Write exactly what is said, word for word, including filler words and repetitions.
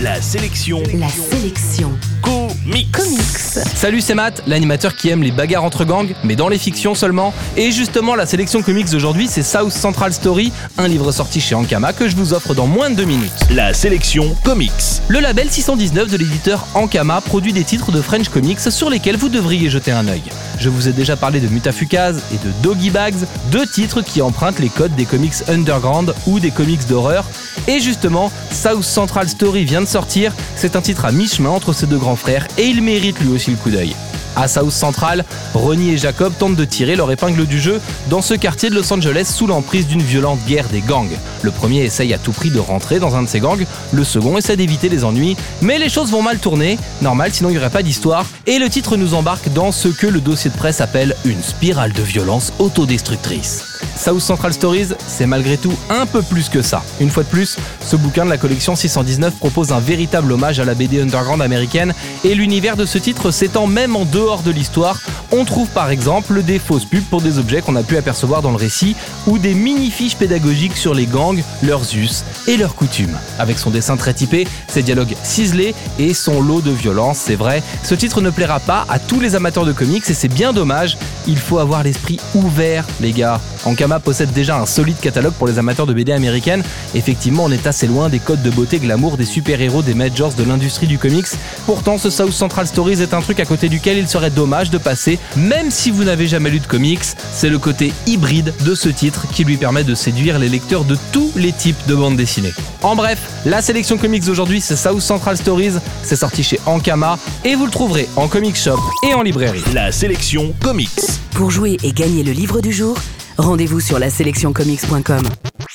La sélection. La sélection. Comics. Comics. Salut, c'est Matt, l'animateur qui aime les bagarres entre gangs, mais dans les fictions seulement. Et justement, la sélection comics d'aujourd'hui, c'est South Central Story, un livre sorti chez Ankama que je vous offre dans moins de deux minutes. La sélection Comics. Le label six cent dix-neuf de l'éditeur Ankama produit des titres de French Comics sur lesquels vous devriez jeter un œil. Je vous ai déjà parlé de Mutafukaz et de Doggy Bags, deux titres qui empruntent les codes des comics underground ou des comics d'horreur. Et justement, South Central Story vient de sortir, c'est un titre à mi-chemin entre ces deux grands frères et il mérite lui aussi le coup d'œil. À South Central, Ronnie et Jacob tentent de tirer leur épingle du jeu dans ce quartier de Los Angeles sous l'emprise d'une violente guerre des gangs. Le premier essaye à tout prix de rentrer dans un de ces gangs, le second essaie d'éviter les ennuis, mais les choses vont mal tourner, normal sinon il n'y aurait pas d'histoire, et le titre nous embarque dans ce que le dossier de presse appelle une spirale de violence autodestructrice. South Central Stories, c'est malgré tout un peu plus que ça. Une fois de plus, ce bouquin de la collection six cent dix-neuf propose un véritable hommage à la B D underground américaine et l'univers de ce titre s'étend même en dehors de l'histoire. On trouve par exemple des fausses pubs pour des objets qu'on a pu apercevoir dans le récit ou des mini-fiches pédagogiques sur les gangs, leurs us et leurs coutumes. Avec son dessin très typé, ses dialogues ciselés et son lot de violence, c'est vrai, ce titre ne plaira pas à tous les amateurs de comics et c'est bien dommage. Il faut avoir l'esprit ouvert, les gars. Ankama possède déjà un solide catalogue pour les amateurs de B D américaines. Effectivement, on est assez loin des codes de beauté glamour des super-héros des majors de l'industrie du comics. Pourtant, ce South Central Stories est un truc à côté duquel il serait dommage de passer, même si vous n'avez jamais lu de comics. C'est le côté hybride de ce titre qui lui permet de séduire les lecteurs de tous les types de bandes dessinées. En bref, la sélection comics d'aujourd'hui, c'est South Central Stories. C'est sorti chez Ankama et vous le trouverez en comic shop et en librairie. La sélection Comics. Pour jouer et gagner le livre du jour, rendez-vous sur la sélection comics point com.